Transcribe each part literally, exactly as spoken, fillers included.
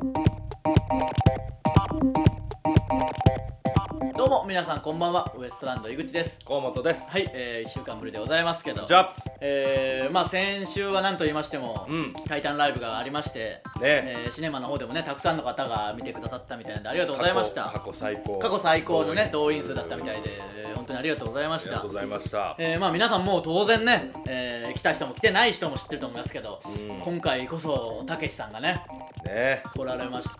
どうも皆さんこんばんは、ウエストランド井口です。 河本です。 はい、えー、いっしゅうかんぶりでございますけど、 じゃあ、 えー、まあ先週は何と言いましても、うん、タイタンライブがありまして、ねえー、シネマの方でもねたくさんの方が見てくださったみたいなんでありがとうございました。 過去最高過去最高のね動員数だったみたいで、えー、本当にありがとうございました。 ありがとうございました。 えー、まあ皆さんもう当然ね、えー、来た人も来てない人も知ってると思いますけど、うん、今回こそたけしさんがねね来られまして、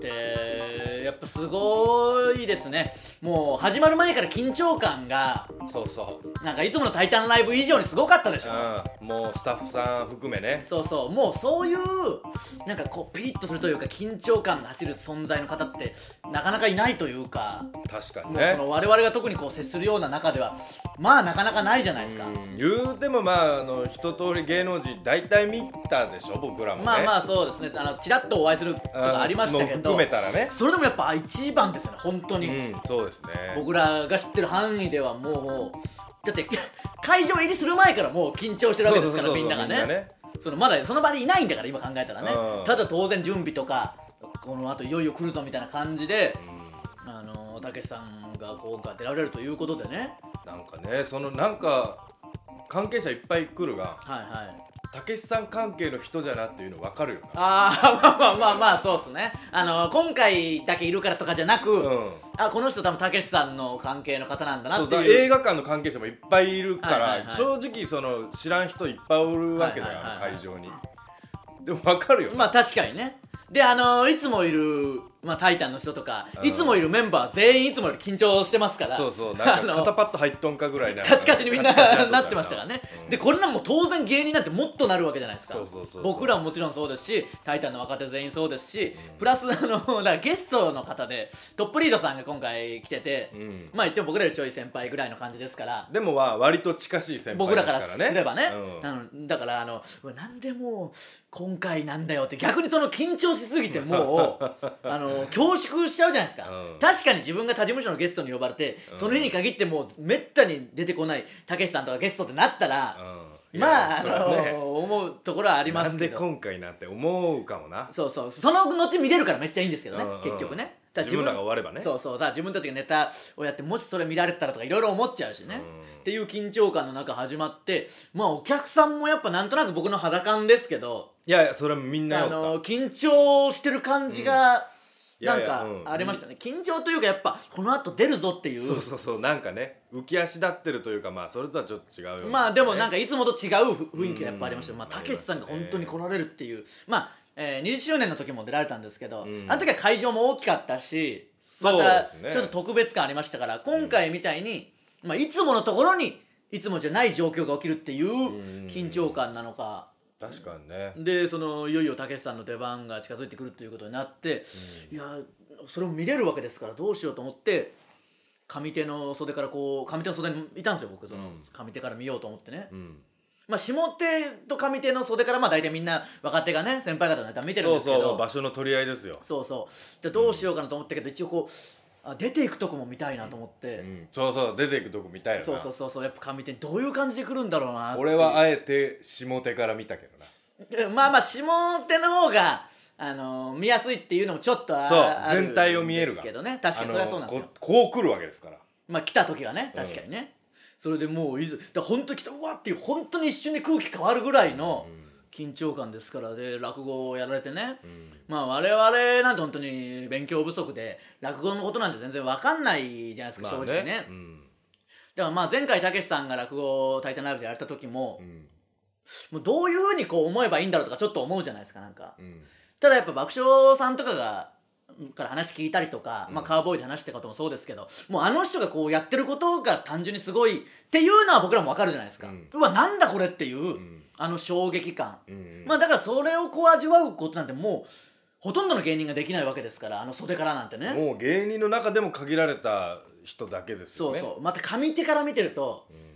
やっぱすごいですね。もう始まる前から緊張感がそうそうなんかいつものタイタンライブ以上にすごかったでしょ、 うん、もうスタッフさん含めね。 そうそう、もうそういうなんかこうピリッとするというか緊張感が走る存在の方ってなかなかいないというか、 確かにね、 その我々が特にこう接するような中ではまあなかなかないじゃないですか。 言うてもまああの一通り芸能人大体見たでしょ僕らもね。 まあまあそうですね、あのチラッとお会いすることがありましたけど、 含めたらね、 それでもやっぱ一番ですよね本当に、 うん、そうですね。 僕らが知ってる範囲ではもうだって会場入りする前からもう緊張してるわけですからみんながね、そのまだその場にいないんだから今考えたらね、うん、ただ当然準備とかこの後いよいよ来るぞみたいな感じで、うん、あのたけしさんが今回出られるということでね、 なんかねそのなんか関係者いっぱい来るが、 はいはい、 たけしさん関係の人じゃなっていうの分かるよな。 ああまあまあまあまあそうっすね。あの今回だけいるからとかじゃなく、うん、あこの人多分たけしさんの関係の方なんだなっていう。 そうだ映画館の関係者もいっぱいいるから、はいはいはい、正直その知らん人いっぱいおるわけだよ、はいはいはいはい、会場に。でも分かるよね。 まあ確かにね。であのいつもいる、まあ、タイタンの人とか、うん、いつもいるメンバー全員いつもより緊張してますから、 そうそうなんか肩パッド入っとんかぐらいなカチカチにみんななってましたからね、うん、でこれらも当然芸人なんてもっとなるわけじゃないですか。 そうそうそうそう、 僕らももちろんそうですしタイタンの若手全員そうですし、うん、プラスあのだからゲストの方でトップリードさんが今回来てて、うん、まあ言っても僕らよりちょい先輩ぐらいの感じですから、 でもは割と近しい先輩ですからね僕らからすればね、うん、あのだからあのなんでもう今回なんだよって逆にその緊張しすぎてもうあの恐縮しちゃうじゃないですか、うん、確かに自分が他事務所のゲストに呼ばれて、うん、その日に限ってもうめったに出てこないたけしさんとかゲストってなったら、うん、まあ、あのね、思うところはありますけど、 なんで今回なんて思うかもな。 そうそう、その後見れるからめっちゃいいんですけどね、うんうん、結局ね自分らが終わればね。 そうそう、だから自分たちがネタをやってもしそれ見られてたらとかいろいろ思っちゃうしね、うん、っていう緊張感の中始まって、まあお客さんもやっぱなんとなく僕の肌感ですけど、 いやいやそれはみんなあの緊張してる感じが、うん、なんかありましたね、うん、緊張というかやっぱこの後出るぞっていう、 そうそうそう、なんかね浮き足立ってるというか、まあそれとはちょっと違うよ、ね、 まあでもなんかいつもと違う雰囲気がやっぱありました。まあたけしさんが本当に来られるっていう、まあ、えー、にじゅっしゅうねんの時も出られたんですけど、うん、あの時は会場も大きかったしまたちょっと特別感ありましたから、今回みたいに、まあ、いつものところにいつもじゃない状況が起きるっていう緊張感なのか、 確かにね。 でそのいよいよたけしさんの出番が近づいてくるということになって、うん、いやそれを見れるわけですからどうしようと思って上手の袖からこう上手の袖にいたんですよ僕、その上手から見ようと思ってね、うん、まあ下手と上手の袖からまあ大体みんな若手がね先輩方のネタ見てるんですけど、 そうそう場所の取り合いですよ。 そうそうでどうしようかなと思ったけど、うん、一応こうあ出ていくとこも見たいなと思って、うん、 そうそう出ていくとこ見たいよな。 そうそうそうそう、やっぱ上手にどういう感じで来るんだろうなって。 俺はあえて下手から見たけどな。まあまあ下手の方があのー、見やすいっていうのもちょっとあそうある全体を見えるがですけどね、確かにそれはそうなんですよ。 こ, こう来るわけですから、 まあ来た時はね確かにね、うん、それでもういずだから本当に来たうわっていう本当に一瞬で空気変わるぐらいの緊張感ですから、で落語をやられてね、うん、まあ我々なんて本当に勉強不足で落語のことなんて全然分かんないじゃないですか、正直ね、ね、うん、だからまあ前回たけしさんが落語をタイタンライブでやられた時も、うん、もうどういうふうにこう思えばいいんだろうとかちょっと思うじゃないですか、なんか、うん、ただやっぱ爆笑さんとかがから話聞いたりとか、まあ、カウボーイで話してたこともそうですけど、もうあの人がこうやってることが単純にすごいっていうのは僕らも分かるじゃないですか、うん、うわなんだこれっていう、うん、あの衝撃感、うんうん、まあだからそれをこう味わうことなんてもうほとんどの芸人ができないわけですから、あの袖からなんてね、 もう芸人の中でも限られた人だけですよね。 そうそう、また上手から見てると、うん、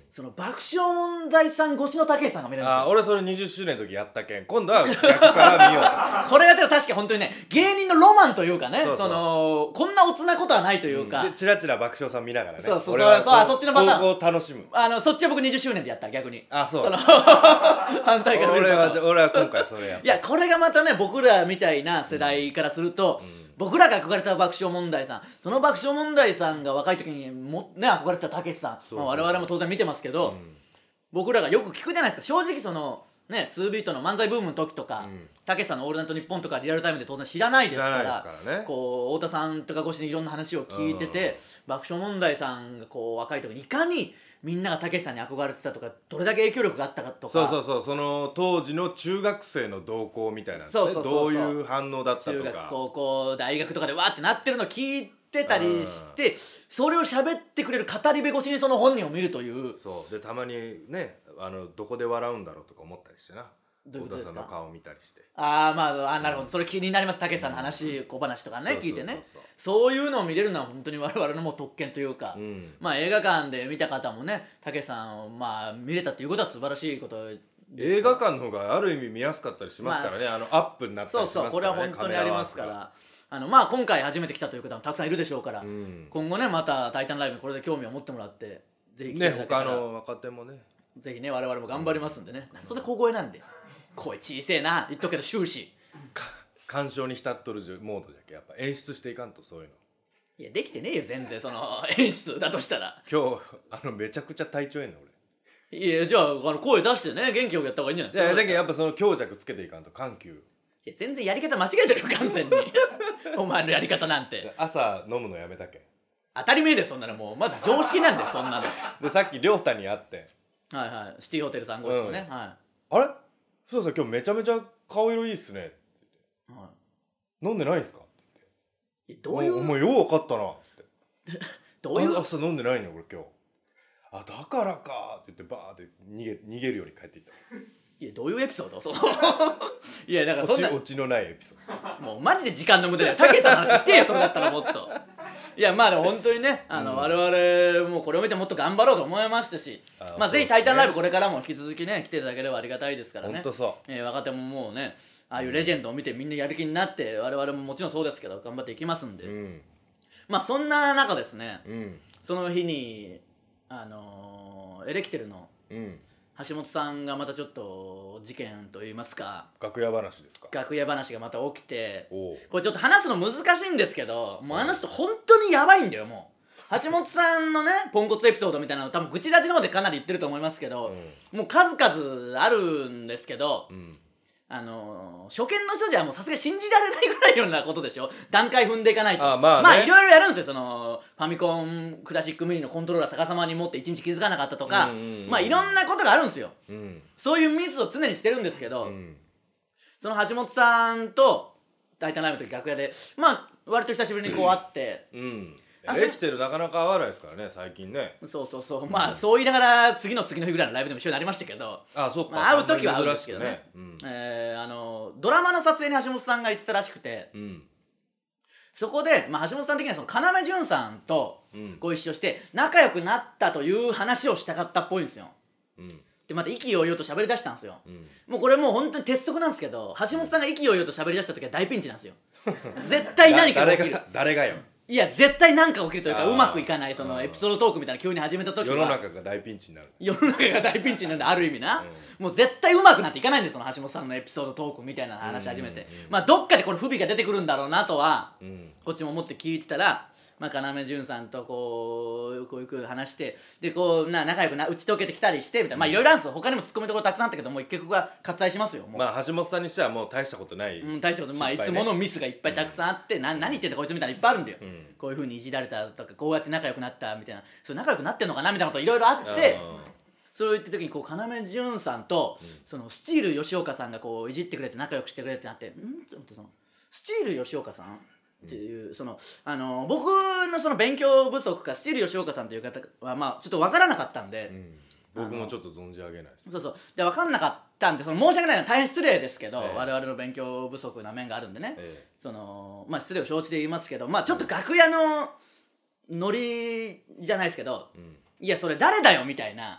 その爆笑問題さん越しのたけしさんが見れるんですよ。 あ俺それにじゅっしゅうねんの時やったけん今度は逆から見ようこれがでも確かに本当にね芸人のロマンというかね、 そうそうそのこんなおつなことはないというか、 うん、でチラチラ爆笑さん見ながらねそうそうそう俺はそうそっちのパターンこうこう楽しむあのそっちは僕にじゅっしゅうねんでやった逆に。 あそうその反対から見る俺パターンは俺は今回それやったいやこれがまたね僕らみたいな世代からすると、うん僕らが憧れた爆笑問題さん、その爆笑問題さんが若い時にも、ね、憧れてたたけしさん、 そうそうそう、 まあ、我々も当然見てますけど、うん、僕らがよく聞くじゃないですか。正直そのねツービートの漫才ブームの時とかたけしさんの「オールナイトニッポン」とかリアルタイムで当然知らないですから、 からね、 こう太田さんとか越しにいろんな話を聞いてて、うん、爆笑問題さんがこう若い時にいかにみんながたけしさんに憧れてたとかどれだけ影響力があったかとか、 そうそうそうその当時の中学生の動向みたいな、ね、そうそうそうそうどういう反応だったとか中学高校大学とかでわーってなってるのを聞いてたりして、それを喋ってくれる語り部越しにその本人を見るという。 そうでたまにねあのどこで笑うんだろうとか思ったりしてな。 どういうことですか。 太田さんの顔を見たりして、 ああまああなるほど、うん、それ気になります。たけしさんの話、うん、小話とかね聞いてね、そういうのを見れるのは本当に我々のもう特権というか、うん、まあ映画館で見た方もねたけしさんをまあ見れたっていうことは素晴らしいことです。 映画館の方がある意味見やすかったりしますからね、まあ、あのアップになったりしますからね。 そうそうこれは本当にありますから。あのまあ今回初めて来たという方もたくさんいるでしょうから、うん、今後ねまたタイタンライブにこれで興味を持ってもらってぜひ来ていただけたら、 ね、他の若手もねぜひね我々も頑張りますんでね、うん、それで小声なんで声小せえな言っとくけど終始鑑賞に浸っとるモードじゃけやっぱ演出していかんと。そういうのいやできてねえよ全然その演出だとしたら。 今日あのめちゃくちゃ体調ええんだ俺。いやじゃあ、あの声出してね元気よくやった方がいいんじゃないですか。 いやだけどやっぱその強弱つけていかんと緩急。 いや全然やり方間違えてるよ完全にお前のやり方なんて。 朝飲むのやめたけん。 当たり前でそんなのもうまず常識なんだよそんなのでさっき亮太に会ってはいはいシティホテルさんごしのね、うん、はい、 あれそうそう今日めちゃめちゃ顔色いいっすねって言って、はい、飲んでないんすかって言って。どういうお前よう分かったなってどういう朝飲んでないの俺今日。あだからかって言ってバーって逃げ逃げるように帰っていった。 いやどういうエピソードそのいやだからそんなオチのないエピソード。 もうマジで時間の無駄だよ。たけしさんの話してよそれだったらもっと。いやまあでも本当にねあの、うん、我々もこれを見てもっと頑張ろうと思いましたし、あまあぜひ「タイタンライブ」これからも引き続きね来ていただければありがたいですからね。 本当そう、 えー、若手ももうねああいうレジェンドを見てみんなやる気になって我々ももちろんそうですけど頑張っていきますんで、うん、まあそんな中ですね、うん、その日にあのー、エレキテルの、うん橋本さんがまたちょっと事件といいますか楽屋話ですか。 楽屋話がまた起きてこれちょっと話すの難しいんですけどもうあの人本当にやばいんだよ。もう橋本さんのねポンコツエピソードみたいなの多分愚痴ラジの方でかなり言ってると思いますけど、うん、もう数々あるんですけど、うんあのー、初見の人じゃもうさすがに信じられないぐらいようなことでしょ。段階踏んでいかないと。あまあ、ね、まあいろいろやるんですよ。そのファミコンクラシックミニのコントローラー逆さまに持っていちにち気づかなかったとか、うんうんうん、まあいろんなことがあるんですよ、うん、そういうミスを常にしてるんですけど、うん、その橋本さんとタイタンライブの時楽屋でまあ割と久しぶりにこう会って、うんうん生きてるなかなか会わないですからね最近ね。 そうそうそう、うん、まあそう言いながら次の次の日ぐらいのライブでも一緒になりましたけど、 あそうか、 まあ、会う時は会うんですけどね、ねうんえー、あのドラマの撮影に橋本さんが行ってたらしくて、うん、そこで、まあ、橋本さん的にはその要潤さんとご一緒して仲良くなったという話をしたかったっぽいんですよ、うん、でまた意気揚々と喋り出したんですよ、うん、もうこれもう本当に鉄則なんですけど橋本さんが意気揚々と喋り出した時は大ピンチなんですよ絶対何かが起きる誰が誰がよいや絶対何か起きるというかうまくいかないそのエピソードトークみたいな急に始めた時は世の中が大ピンチになる世の中が大ピンチになるんである意味な、うん、もう絶対うまくなっていかないんですその橋本さんのエピソードトークみたいな話始めて、うんうんうん、まあどっかでこれ不備が出てくるんだろうなとは、うん、こっちも思って聞いてたらまあ要潤さんとこうこういう風話してでこうな仲良くな打ち解けてきたりしてみたいなまあいろいろあるんですよ他にもツッコミどころたくさんあったけどもう一曲が割愛しますよもうまあ橋本さんにしてはもう大したことない、 うん、大したこと、ね、まあいつものミスがいっぱいたくさんあって、うん、な何言ってんだこいつみたいないっぱいあるんだよ、うん、こういう風にいじられたとかこうやって仲良くなったみたいなそれ仲良くなってんのかなみたいなこといろいろあってそれを言った時にこう要潤さんと、うん、そのスチール吉岡さんがこういじってくれて仲良くしてくれってなってんと思ってそのスチール吉岡さんっていう、うん、そのあの僕のその勉強不足かスチール吉岡さんという方はまあちょっと分からなかったんで、 うん、僕もちょっと存じ上げないですそうそうで分かんなかったんでその申し訳ないのは大変失礼ですけど、えー、我々の勉強不足な面があるんでね、えー、そのまあ失礼を承知で言いますけどまあちょっと楽屋のノリじゃないですけど、うん、いやそれ誰だよみたいな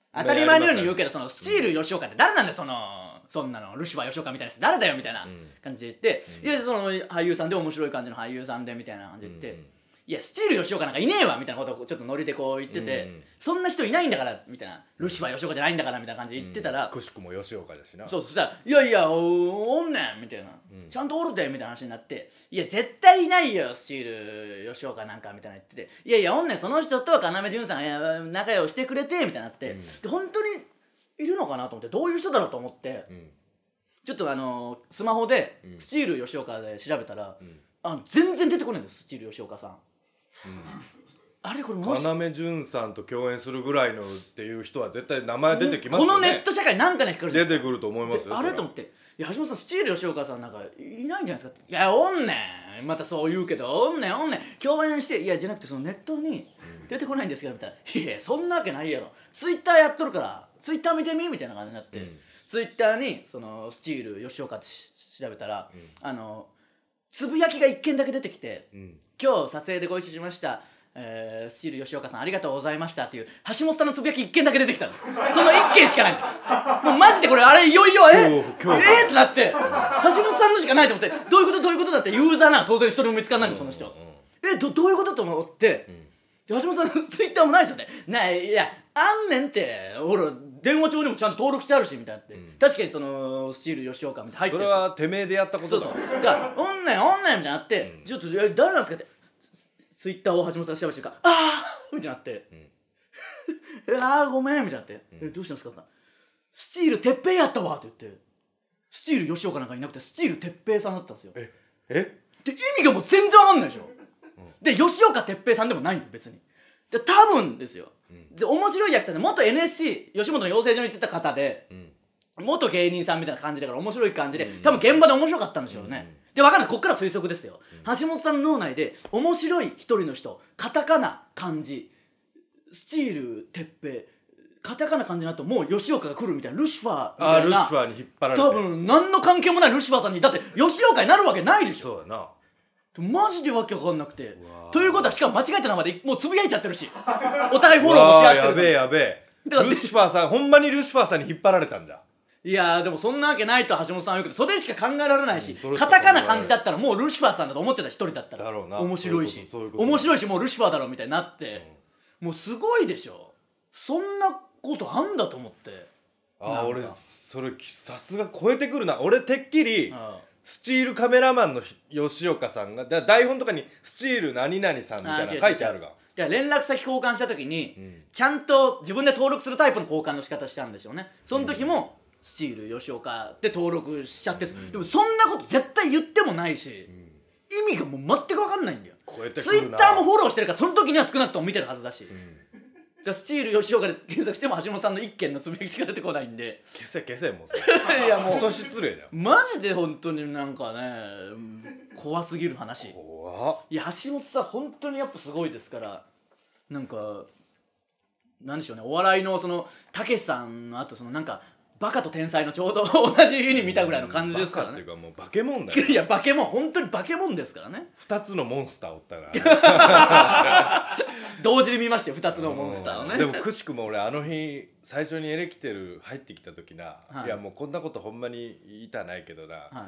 当たり前のように言うけど、そのスチール吉岡って誰なんだよ、そのそんなのルシファー吉岡みたいな人誰だよみたいな感じで言って、うん、いやその俳優さんで面白い感じの俳優さんでみたいな感じで言って、うん、いやスチール吉岡なんかいねえわみたいなことをちょっとノリでこう言ってて、うん、そんな人いないんだからみたいな、ルシファー吉岡じゃないんだからみたいな感じで言ってたら、 くしくも吉岡だしな。 そうそしたら「いやいや お, おんねん」みたいな、うん、ちゃんとおるでみたいな話になって、いや絶対いないよスチール吉岡なんかみたいな言ってて、いやいやおんねん、その人と要潤さん仲良くしてくれてみたいになって、うん、で本当にいるのかなと思って、どういう人だろうと思って、うん、ちょっとあのー、スマホでスチール吉岡で調べたら、うん、あの全然出てこないんです、スチール吉岡さん、うん、あれこれもし要潤さんと共演するぐらいのっていう人は絶対名前出てきますよね。 このネット社会なんかに引っかかるんです出てくると思いますよ。 あれと思って、いや橋本さんスチール吉岡さんなんかいないんじゃないですかって、いやおんねん、またそう言うけどおんねんおんねん共演して、いやじゃなくてそのネットに出てこないんですけどみたいな、いやそんなわけないやろ、ツイッターやっとるからツイッター見てみみたいな感じになって、うん、ツイッターにそのスチール吉岡って調べたら、うん、あのつぶやきが一件だけ出てきて、うん、今日撮影でご一緒しました、えー、スチール吉岡さんありがとうございましたっていう橋本さんのつぶやき一件だけ出てきたのその一件しかないのもうマジでこれあれいよいよええー、ってなって、橋本さんのしかないと思って、どういうことどういうことだってユーザーなら当然一人も見つからないのその人、うんうん、えどどういうことと思って、うん、橋本さんのツイッターもないですよね、ないいやあんねんって、ほら電話帳にもちゃんと登録してあるしみたいなって、うん、確かにそのスチール吉岡みたいな入ってる、 それはてめえでやったことだ。 そうそうだからおんねんおんねんみたいになって、うん、ちょっと誰なんですかってツイッターを橋本さん調べしてるから、あーみたいになって、うん、あーごめんみたいになって、うん、えどうしたんですか、スチールてっぺいやったわって言って、スチール吉岡なんかいなくてスチールてっぺいさんだったんですよ。 ええで意味がもう全然わかんないでしょ、うん、で吉岡てっぺいさんでもないんだよ別に。で多分ですよ、うん、で面白い役者で元 エヌエスシー 吉本の養成所に行ってた方で、うん、元芸人さんみたいな感じだから面白い感じで、うん、多分現場で面白かったんでしょうね、うん、で分かんない、こっから推測ですよ、うん、橋本さんの脳内で面白い一人の人、カタカナ漢字スチールてっぺいカタカナ漢字になるともう吉岡が来るみたいな、ルシファーみたいな、 あルシファーに引っ張られて多分何の関係もないルシファーさんにだって吉岡になるわけないでしょ。 そうだな、 マジでわけわかんなくて、ということはしかも間違えた名前でもうつぶやいちゃってるしお互いフォローもし合ってる。 やべえやべえ、ルシファーさんほんまにルシファーさんに引っ張られたんじゃ。 いやでもそんなわけないと橋本さんはよくて、それしか考えられないし、うん、カタカナ漢字だったらもうルシファーさんだと思ってた一人だったらだろうな、 面白いし面白いしもうルシファーだろみたいになって、うん、もうすごいでしょ、そんなことあんだと思って。 ああ俺それさすが超えてくるな。俺てっきりスチールカメラマンの吉岡さんがだ台本とかにスチール何々さんみたいな書いてあるが、 じゃ連絡先交換した時に、うん、ちゃんと自分で登録するタイプの交換の仕方したんでしょうね。その時も、うんスチール吉岡って登録しちゃって、うん、でもそんなこと絶対言ってもないし、うん、意味がもう全く分かんないんだよ。ツイッターもフォローしてるからその時には少なくとも見てるはずだし、うん、じゃあスチール吉岡で検索しても橋本さんの一件のつぶやきしか出てこないんで消せ消せもうそれいやもうクソ失礼だよマジで本当になんかね怖すぎる話。 怖っ。 いや橋本さん本当にやっぱすごいですから、なんかなんでしょうね、お笑いのそのたけしさんのあとそのなんかバカと天才のちょうど同じ日に見たぐらいの感じですからね。 バカっていうかもうバケモンだよ。 いやバケモン本当にバケモンですからね。 二つのモンスターおったな同時に見ましたよ二つのモンスターをね。 でもくしくも俺あの日最初にエレキテル入ってきた時な、はい、いやもうこんなことほんまに言いたないけどな、はい、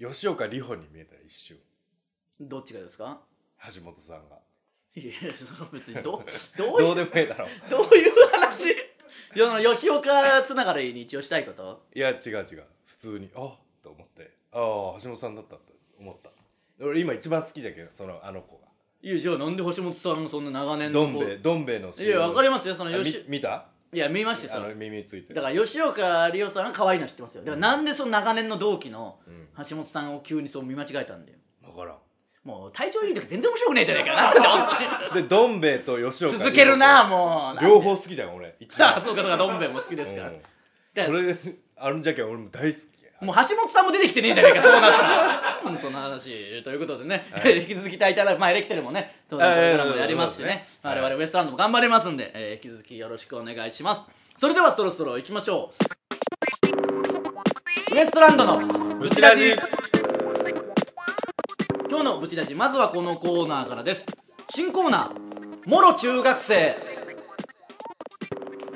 吉岡里帆に見えた一瞬。 どっちがですか？ 橋本さんが。 いやその別にどどういうどうでもいいだろうどういう話吉岡つながりに一応したいこと？ いや違う違う普通にあっと思ってああ橋本さんだったと思った。俺今一番好きじゃけどそのあの子が。 いやじゃあなんで橋本さんそんな長年のどん兵衛どん兵衛のいやわかりますよその吉見た？ いや見ましたよ。 あの耳ついてるだから吉岡里帆さんが可愛いの知ってますよ。だからなんでその長年の同期の橋本さんを急にそう見間違えたんだよ。 分からん。 もう体調いい時全然面白くねえじゃねえかなって本当にでどん兵衛と吉岡続けるなもう両方好きじゃん俺一番あそうかそうかどん兵衛も好きですから、うん、 それあるんじゃけん俺も大好き。 もう橋本さんも出てきてねえじゃねえかそうなったら、うん、そんな話ということでね、はい、引き続きタイタラまあエレキテルもねこれからもやりますしね、我々ウエストランドも頑張りますんで、えー、引き続きよろしくお願いします。それではそろそろ行きましょう。ウエストランドのブチラジ。今日のブチラジまずはこのコーナーからです。新コーナーもろ中学生。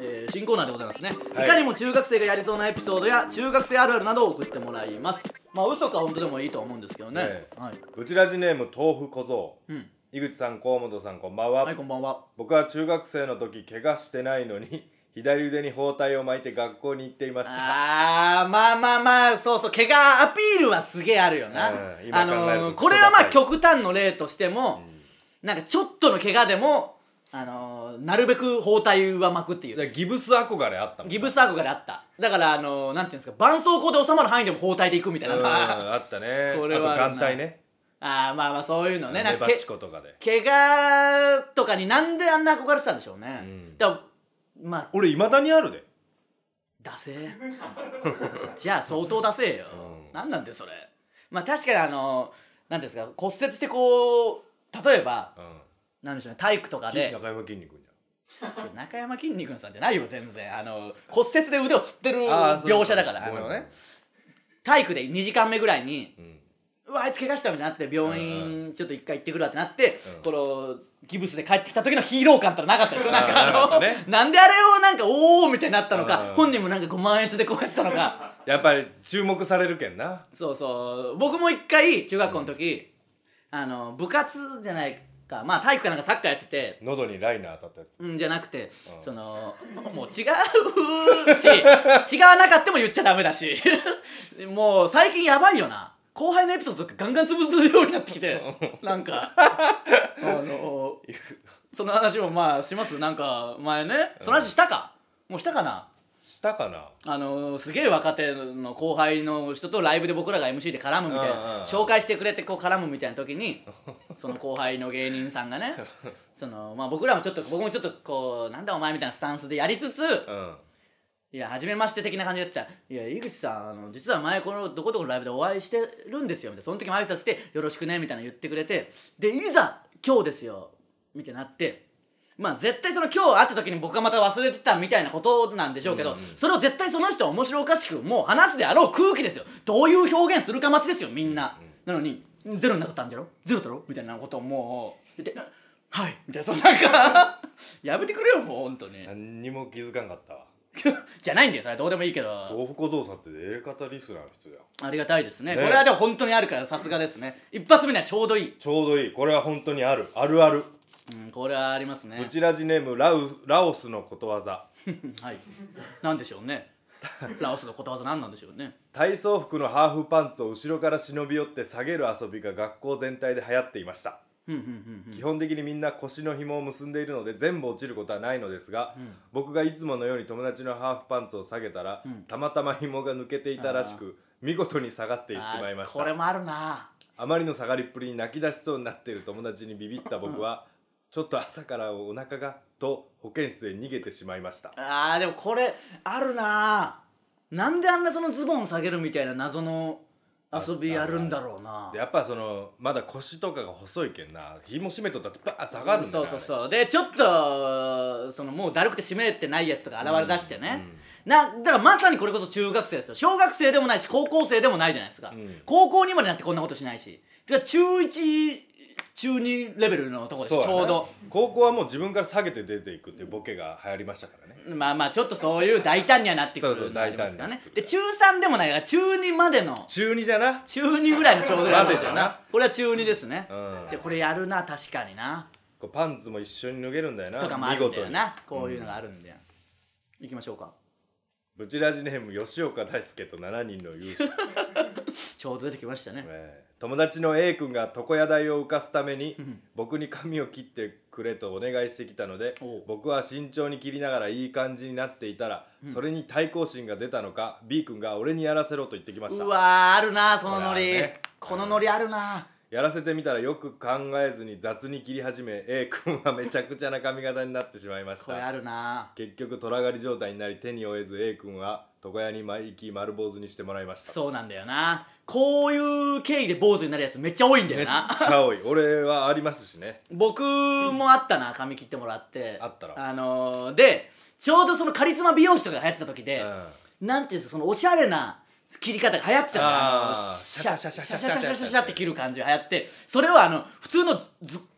えー新コーナーでございますね、 はいいかにも中学生がやりそうなエピソードや中学生あるあるなどを送ってもらいます。まあ嘘か本当でもいいと思うんですけどね、 ねはい、 ブチラジネーム豆腐小僧、 うん、 井口さん河本さんこんばんは、 はいこんばんは。 僕は中学生の時怪我してないのに左腕に包帯を巻いて学校に行っていました。 あーまあまあまあそうそう怪我アピールはすげえあるよな、 うん今あ考えるとのーこれはまあクソダサい極端の例としても、なんかちょっとの怪我でもあのーなるべく包帯は巻くっていうだからギブス憧れあったもんギブス憧れあった。だからあのー、なんていうんですか絆創膏で収まる範囲でも包帯でいくみたいな、 うんあったね。 これはあるなあと眼帯ね、 ああまあまあそういうのねなんメバかけチコとかで。 怪我とかになんであんな憧れてたんでしょうね、 うんだからまあ俺いまだにあるで。 ダセーじゃあ相当ダセーよ、 うんなんなんでそれ。まあ確かにあのなんていうんですか骨折してこう例えばうんなんでしょうね体育とかで中山きんに君じ中山きんに君さんじゃないよ全然あの骨折で腕をつってるあーそう描写だからあごめんのね体育でにじかんめぐらいにゃん。うんうわあいつ怪我したみたいになって病院ちょっと一回行ってくるわってなって、 うんこのギブスで帰ってきた時のヒーロー感ってのなかったでしょなんかあーなかあのったねなんであれをなんかおおみたいになったのかうん本人もなんかご満悦でこうやってたのかやっぱり注目されるけんな。 そうそう僕も一回中学校の時、あの部活じゃないかまあ体育かなんかサッカーやってて喉にライナー当たったやつ。 うんじゃなくて、 うんそのもう違うし違わなかったも言っちゃダメだしもう最近やばいよな後輩のエピソードとかガンガン潰すようになってきてなんかあのその話もまあしますなんか前ねその話したか、もうしたかなしたかな。 あのすげえ若手の後輩の人とライブで僕らが エムシー で絡むみたいうんうんうんな紹介してくれてこう絡むみたいな時にその後輩の芸人さんがねそのまあ僕らもちょっと僕もちょっとこうなんだお前みたいなスタンスでやりつつうんいや初めまして的な感じでやってたら「いや井口さんあの実は前このどこどこのライブでお会いしてるんですよ」みたいなその時も挨拶して「よろしくね」みたいな言ってくれてでいざ今日ですよみたいになってまあ絶対その今日会った時に僕がまた忘れてたみたいなことなんでしょうけど、 うんうんそれを絶対その人は面白おかしくもう話すであろう空気ですよどういう表現するか待ちですよみんな、なのに「ゼロになかったんじゃろゼロだろ?」みたいなことをもう言って「はい」みたいなそのなんかやめてくれよもう本当に何にも気づかんかったわ。 じゃないんだよそれはどうでもいいけど豆腐小僧さんってエレカタリスナーの人や。 ありがたいですねねこれはでも本当にあるからさすがですね一発目にはちょうどいい、 ちょうどいい。これは本当にあるあるある。 うん、これはありますねブチラジネームラウラオスのことわざ。 はいなんでしょうねラオスのことわざ何なんでしょうね体操服のハーフパンツを後ろから忍び寄って下げる遊びが学校全体で流行っていました。 うんうんうんうん基本的にみんな腰の紐を結んでいるので全部落ちることはないのですが、僕がいつものように友達のハーフパンツを下げたら、 んたまたま紐が抜けていたらしく見事に下がってしまいました。 あーこれもあるなあまりの下がりっぷりに泣き出しそうになっている友達にビビった僕はちょっと朝からお腹がと保健室へ逃げてしまいました。 あーでもこれあるななんであんなそのズボン下げるみたいな謎の遊びやるんだろうなでやっぱそのまだ腰とかが細いけんな紐締めとったらバーッ下がるんだよそうそうそうでちょっとそのもうだるくて締めてないやつとか現れ出してね、 うんなだからまさにこれこそ中学生ですよ小学生でもないし高校生でもないじゃないですか、 うん高校にまでなってこんなことしないしてか中いち中にレベルのところですそうやなちょうど高校はもう自分から下げて出ていくっていうボケが流行りましたからね。 まあまあちょっとそういう大胆にはなってくるそうそうのありますからね大胆になってくるで中さんでもないから中にまでの中にじゃな。 中にぐらいのちょうどやまでじゃなこれは中にですね、 うんでこれやるな確かになこうパンツも一緒に脱げるんだよな。 とかもあるんだよ見事になこういうのがあるんだよ、行きましょうかブチラジネーム吉岡大輔としちにんの勇者、 ちょうど出てきましたねえー友達の A 君が床屋代を浮かすために僕に髪を切ってくれとお願いしてきたので、 おう僕は慎重に切りながらいい感じになっていたら、それに対抗心が出たのか B 君が俺にやらせろと言ってきました。 うわーあるなそのノリ、 これあるねこのノリあるな、 やらせてみたらよく考えずに雑に切り始め A 君はめちゃくちゃな髪型になってしまいました。 これあるな結局虎狩り状態になり手に負えず A 君は床屋に行き丸坊主にしてもらいました。 そうなんだよなこういう経緯で坊主になるやつめっちゃ多いんだめっよなちゃ多い。俺はありますしね。 僕もあったな髪切ってもらってあったらあのー、でちょうどそのカリスマ美容師とかが流行ってた時で、 うんなんていうんですかそのおしゃれな切り方が流行ってたのあーあのシャシャシャシャシャシャシャシャシャシャシャシャシャって切る感じが流行ってそれをあの普通のズ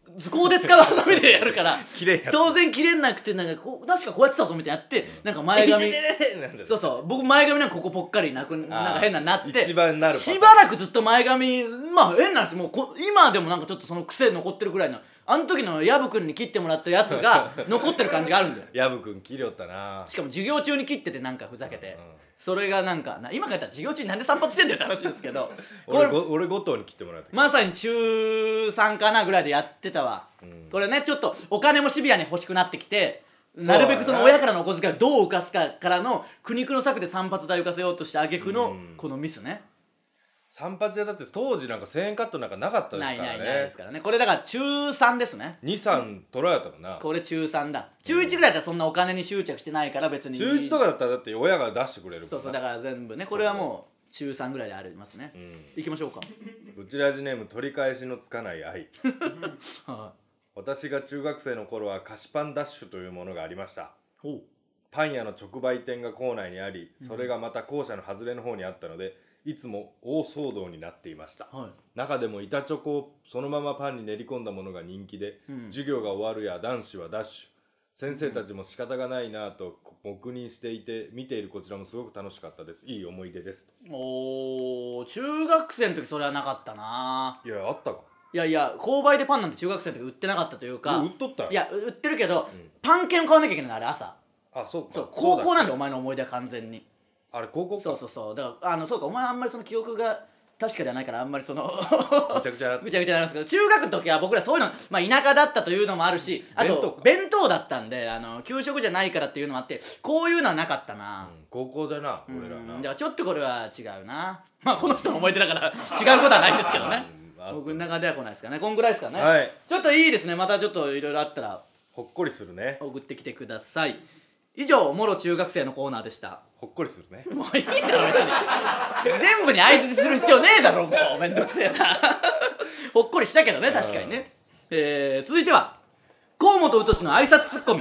図工で使うハサミでやるから切れんやつ当然切れなくてなんかこう確かこうやってたぞみたいなやって、うん、なんか前髪そうそう僕前髪なんかここぽっかりなくなんか変なになって一番なるしばらくずっと前髪まあ変な話もうこ今でもなんかちょっとその癖残ってるぐらいのあの時のヤブくんに切ってもらったやつが残ってる感じがあるんだよヤブくん切りよったなしかも授業中に切っててなんかふざけて、うん、それがなんかな今から言ったら授業中になんで散髪してんだよって話ですけど俺ご俺ごとうに切ってもらったまさに中さんかなぐらいでやってたわ、うん、これねちょっとお金もシビアに欲しくなってきてなるべくその親からのお小遣いをどう浮かすかからの苦肉の策で散髪代浮かせようとして挙句のこのミスね散髪屋だって当時なんかせんえんカットなんかなかったですからねないないないですからねこれだから中さんですねにさん取られたもんなこれ中さんだ中いちぐらいだったらそんなお金に執着してないから別に中いちとかだったらだって親が出してくれるもんなそうそうだから全部ねこれはもう中さんぐらいでありますね、うん、いきましょうかブチラジネーム取り返しのつかない愛私が中学生の頃は菓子パンダッシュというものがありましたほうパン屋の直売店が校内にありそれがまた校舎の外れの方にあったのでいつも大騒動になっていました、はい、中でも板チョコをそのままパンに練り込んだものが人気で、うん、授業が終わるや男子はダッシュ先生たちも仕方がないなと黙認していて見ているこちらもすごく楽しかったですいい思い出ですおー中学生の時それはなかったないやあったかいやいや購買でパンなんて中学生の時売ってなかったというか売っとったよいや売ってるけど、うん、パン券を買わなきゃいけないのあれ朝あそうかそう高校なんでお前の思い出は完全にあれ高校かそうそうそうだからあのそうかお前あんまりその記憶が確かではないからあんまりそのめちゃくちゃめちゃくちゃなりますけど中学の時は僕らそういうの、まあ、田舎だったというのもあるしあと弁当だったんであの給食じゃないからっていうのもあってこういうのはなかったな、 うん、高校だな俺らなだからちょっとこれは違うなまあこの人の思い出だから違うことはないんですけどね僕の中では来ないですからねこんぐらいですかね、 はい、 ちょっといいですねまたちょっといろいろあったらほっこりするね送ってきてください以上もろ中学生のコーナーでしたほっこりするねもういいだろ別に全部に相槌する必要ねえだろもうめんどくせえなほっこりしたけどね確かにね、えー、続いては河本宇俊の挨拶ツッコミ、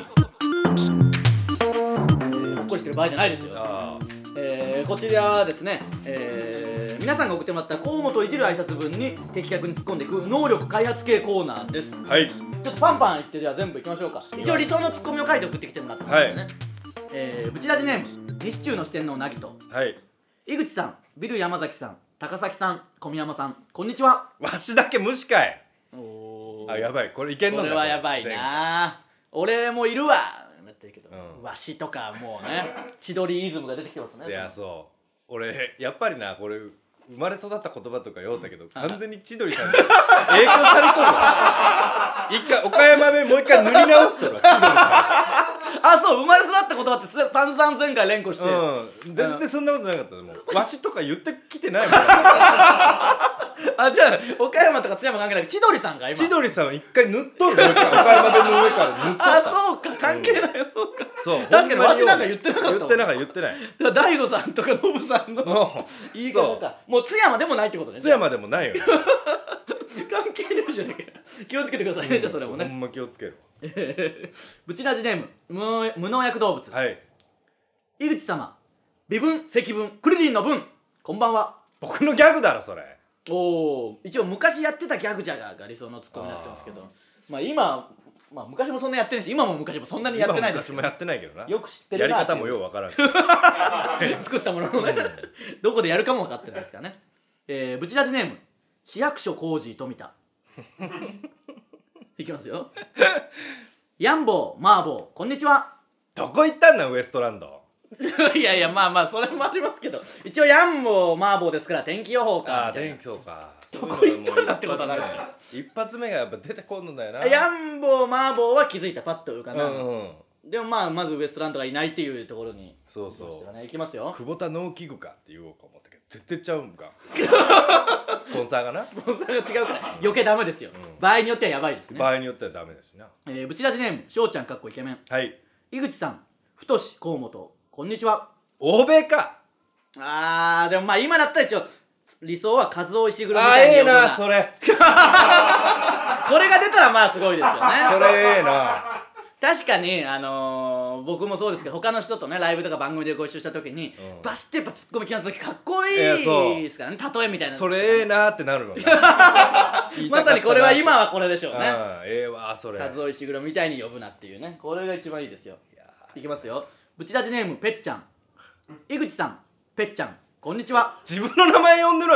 えー、ほっこりしてる場合じゃないですよあ、えー、こちらはですね、えー、皆さんが送ってもらった河本をいじる挨拶文に的確に突っ込んでいく能力開発系コーナーですはいちょっとパンパンいってじゃあ全部いきましょうか一応理想のツッコミを書いて送ってきてもらってますからね、はいえー、ブチラジネーム西中の四天王なぎとはい井口さんビル山崎さん高崎さん小宮山さんこんにちはわしだけ無視かいおあやばいこれいけんのだこれはやばいな俺もいるわなってるけど、うん、わしとかもうね千鳥イズムが出てきてますねいやそう俺やっぱりなこれ生まれ育った言葉とか言おうたけど完全に千鳥さんに影響されとるわ一回岡山弁もう一回塗り直しとるわ千鳥さんあそう生まれ育った言葉って散々前回連呼して、 うん、全然そんなことなかったもうわしとか言ってきてないもんあじゃあ岡山とか津山関係なく千鳥さんが今千鳥さんは一回塗っとるの岡山弁の上から塗っとったあそうか関係ないよ、うん、そうかそう確かにわしなんか言ってなかったもん言ってない言ってない大悟さんとかノブさんの言い方かもう津山でもないってことね津山でもないよね関係ないじゃないか気をつけてくださいね、うん、じゃあそれもねほんま気をつけるブチラジネーム無無農薬動物はい井口様微分積分クリリンの分こんばんは僕のギャグだろそれおお一応昔やってたギャグジャガーが理想のツッコミになってますけどまあ今まあ昔もそんなやってないし今も昔もそんなにやってないですけど昔もやってないけどなよく知ってるなやり方もようわからん作ったもののねどこでやるかも分かってないですからねえー、ブチラジネーム市役所工事富田いきますよヤンボーマーボーこんにちはどこ行ったんだウエストランドいやいやまあまあそれもありますけど一応ヤンボーマーボーですから天気予報かああ天気そうかどこ行ったんだってことはないし一発目がやっぱ出てこんのだよなヤンボーマーボーは気づいたパッと浮かんだ、 うんうんでもまあまずウエストランドがいないっていうところにそうそう、 ね、いきますよ久保田農機具かって言おうか思ったけど絶対ちゃうんかスポンサーがなスポンサーが違うから余計ダメですよ、うん、場合によってはやばいですね場合によってはダメだしなえー、ブチラジネームしょうちゃんかっこイケメンはい井口さん太し河本こんにちは欧米かあーでもまあ今だったら一応理想は和夫石黒みたいに呼ぶなあええなそれこれが出たらまあすごいですよねそれええな確かにあのー、僕もそうですけど他の人とねライブとか番組でご一緒した時に、うん、バシッてやっぱツッコミ決まった時かっこいいですからね、例えみたいなそれええなーってなるのまさにこれは今はこれでしょうね。 ええわそれ和尾石黒みたいに呼ぶなっていうね、これが一番いいですよ。いきますよ。ブチラジネームぺっちゃん、井口さん、ぺっちゃん、こんにちは。 自分の名前呼んでる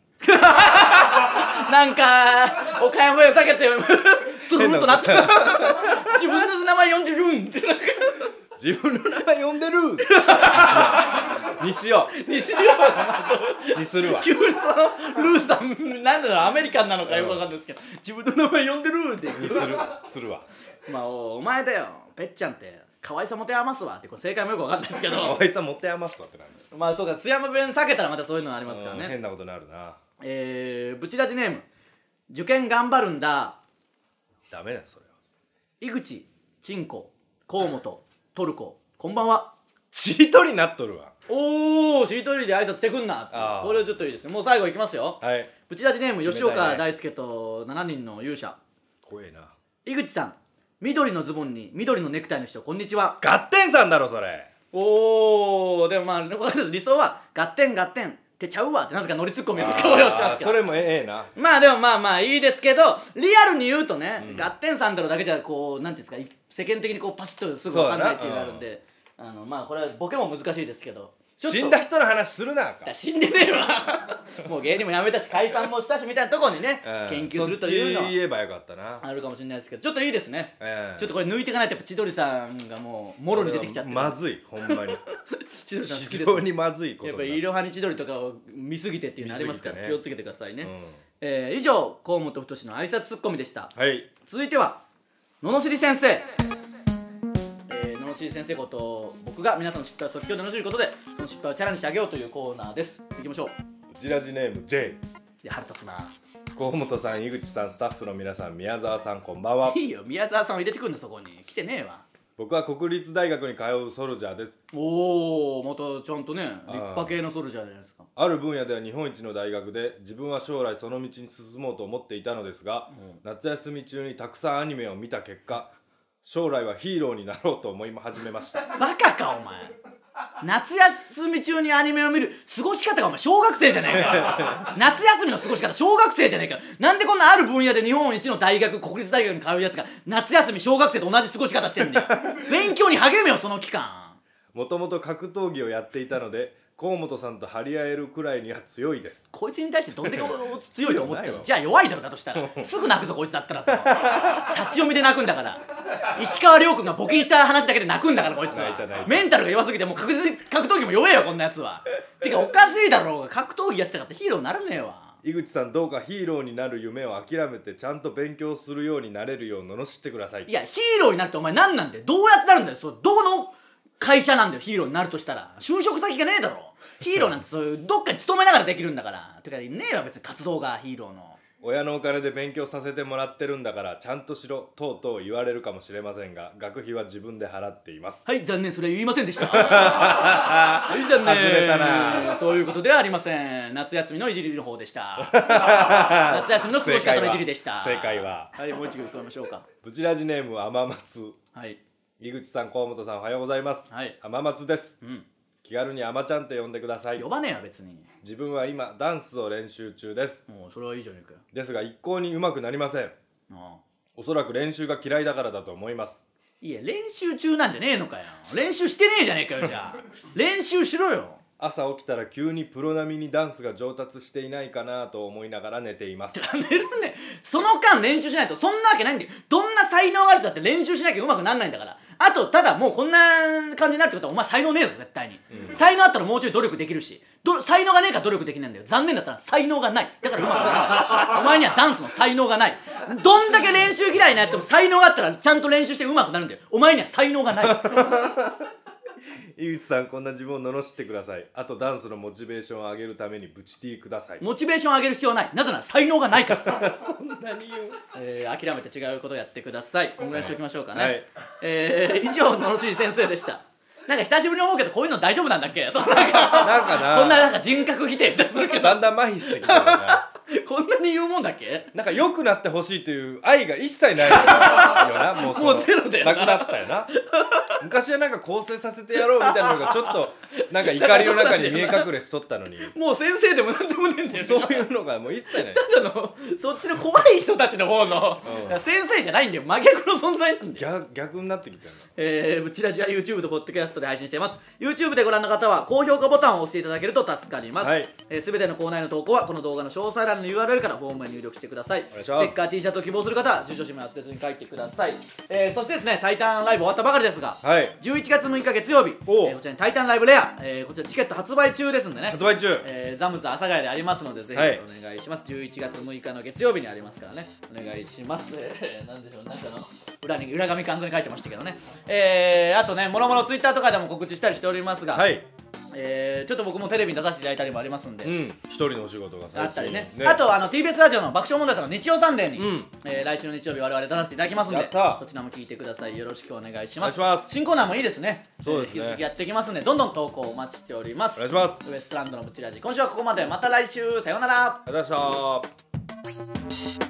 なんか岡山弁避けてトゥルンとなった自分の名前呼んでるんってなんか自分の名前呼んでるにしようにしようにするわ。 急にそのルーさんなんだろうアメリカンなのかよくわかんないですけど、自分の名前呼んでるってにするするわ。 まあ お, お前だよぺっちゃんって可愛さ持て余すわって、これ正解もよくわかんないですけど可愛さ持て余すわってなんだ。 まあそうか、津山弁避けたらまたそういうのありますからね。 変なことになるな。 えー、ブチラジネーム受験頑張るんだ。 ダメだよそれは。 井口、チンコ、河本、トルコ、こんばんは。 しりとりなっとるわ。 おー、しりとりで挨拶してくんなって。これはちょっといいですね。もう最後いきますよ。 はい。 ブチラジネーム吉岡大輔としちにんの勇者。 怖えな。 井口さん、緑のズボンに緑のネクタイの人、こんにちは。 ガッテンさんだろそれ。 おー、でもまあ理想はガッテンガッテンってちゃうわってなぜか乗りツッコミを強要してますけど、 それもええな。 まあでもまあまあいいですけど、リアルに言うとね、うん、ガッテンさんだろだけじゃこうなんていうんですか、世間的にこうパシッとすぐ分かんないっていうのがあるんで、あのまあこれはボケも難しいですけど、 死んだ人の話するなか。 死んでねえわもう芸人も辞めたし解散もしたしみたいなところにね、うん、研究するというのはそっち言えばよかったな。 あるかもしれないですけど、ちょっといいですね、 えー、 ちょっとこれ抜いていかないとやっぱ千鳥さんがもうもろに出てきちゃってまずいほんまに千鳥さん好きです、 非常にまずいことやっぱりいろはに千鳥とかを見すぎてっていうのありますから、ね、気をつけてくださいね、うん、えー、以上河本太の挨拶ツッコミでした、 はい、 続いては罵り先生。罵り先生こと僕が皆さんの失敗を即興で罵ることでその失敗をチャレンジしてあげようというコーナーです。いきましょう。 ブチラジネーム J。 いや腹立つな。 河本さん、井口さん、スタッフの皆さん、宮沢さん、こんばんは。 いいよ、宮沢さんを入れてくんだ、そこに来てねえわ。 僕は国立大学に通うソルジャーです。 おお、またちゃんとね立派系のソルジャーじゃないですか。 ある分野では日本一の大学で自分は将来その道に進もうと思っていたのですが、うん、夏休み中にたくさんアニメを見た結果、将来はヒーローになろうと思い始めました。 バカかお前。夏休み中にアニメを見る過ごし方がお前小学生じゃねえか夏休みの過ごし方小学生じゃねえか。なんでこんなある分野で日本一の大学国立大学に通うやつが夏休み小学生と同じ過ごし方してるんだよ勉強に励めよその期間。 もともと格闘技をやっていたので河本さんと張り合えるくらいには強いです。 こいつに対してどんだけ強いと思ってるじゃあ弱いだろ。だとしたらすぐ泣くぞこいつだったらさ立ち読みで泣くんだから。石川遼君が募金した話だけで泣くんだからこいつは。メンタルが弱すぎてもう確実に格闘技も弱えよこんなやつはてかおかしいだろうが、格闘技やってたからってヒーローにならねえわ。 井口さん、どうかヒーローになる夢を諦めてちゃんと勉強するようになれるよう罵ってください。 いやヒーローになるってお前何なんだよ。どうやってなるんだよ。そうどの会社なんだよヒーローになるとしたら。就職先がねえだろヒーローなんてそういうどっかに勤めながらできるんだから。てかねえわ別に活動がヒーローの。 親のお金で勉強させてもらってるんだからちゃんとしろとうとう言われるかもしれませんが、学費は自分で払っています。 はい、残念、それ言いませんでしたはい残念、 外れたな。 そういうことではありません。夏休みのいじりの方でした夏休みの過ごし方のいじりでした。 正解ははい、もう一度聞こえましょうか。 ブチラジネーム天松。 はい、 井口さん、河本さん、おはようございます、はい、天松です、うん、気軽に天ちゃんって呼んでください。 呼ばねえよ別に。 自分は今ダンスを練習中です。 もうそれはいいじゃねえかよ。 ですが一向に上手くなりません。ああ、おそらく練習が嫌いだからだと思います。 いや練習中なんじゃねえのかよ。練習してねえじゃねえかよ。じゃあ練習しろよ。 朝起きたら急にプロ並みにダンスが上達していないかなと思いながら寝ています。 寝るね。その間練習しないとそんなわけないんだよ。どんな才能がある人だって練習しなきゃ上手くなんないんだから。あとただもうこんな感じになるってことはお前才能ねえぞ絶対に、うん、才能あったらもうちょい努力できるし、ど才能がねえから努力できないんだよ。残念だったら才能がない。だから上手くならないお前にはダンスの才能がない。どんだけ練習嫌いなやつでも才能があったらちゃんと練習して上手くなるんだよ。お前には才能がない井口さん、こんな自分を罵ってください。あとダンスのモチベーションを上げるためにブチティーください。 モチベーションを上げる必要はない。なぜなら才能がないからそんなに言う、 えー、諦めて違うことをやってください。こんぐらいしておきましょうかね、はい、 えー、以上罵り先生でした。なんか久しぶりに思うけどこういうの大丈夫なんだっけ。そんななんかなそんななんか人格否定みたいにするけどだんだん麻痺してきたよなこんなに言うもんだっけ。 なんか良くなってほしいという愛が一切ないよな。もうそのもうゼロだよななくなったよな。昔はなんか構成させてやろうみたいなのがちょっとなんか怒りの中に見え隠れしとったのに、 もう先生でもなんでもねえんだよ。 そういうのがもう一切ない。 ただのそっちの怖い人たちの方の、うん、先生じゃないんだよ。真逆の存在なんだよ。 逆, 逆になってきたよな。 えー、ブチラジは YouTube と Podcast で配信しています。 YouTube でご覧の方は高評価ボタンを押していただけると助かります。はい、えー、全てのコーナーへの投稿はこの動画の詳細欄の ユーアールエル からフォームへ入力してください。 お願いします。 ステッカー T シャツを希望する方は住所氏名は忘れずに書いてください。えー、そしてですね、タイタンライブ終わったばかりですが、はい、じゅういちがつむいか月曜日、えー、こちらにタイタンライブレア、えー、こちらチケット発売中ですんでね。 発売中、 えー、ザムズ阿佐ヶ谷でありますので、ぜひお願いします。はい、じゅういちがつむいかの月曜日にありますからね、お願いします。えー、なんでしょう、なんかの裏に裏紙完全に書いてましたけどね。えー、あとね、もろもろツイッターとかでも告知したりしておりますが、はい、えー、ちょっと僕もテレビに出させていただいたりもありますんで、うん、 一人のお仕事があったりね、ね、あとあの ティービーエス ラジオの爆笑問題さんの日曜サンデーに、うん、えー、来週の日曜日我々出させていただきますんで、そちらも聞いてください。よろしくお願いします。 お願いします。 新コーナーもいいですね。 そうですね、 えー、引き続きやっていきますんで、どんどん投稿お待ちしております。 お願いします。 ウエストランドのブチラジ、今週はここまで。また来週、さようなら。 ありがとうございました。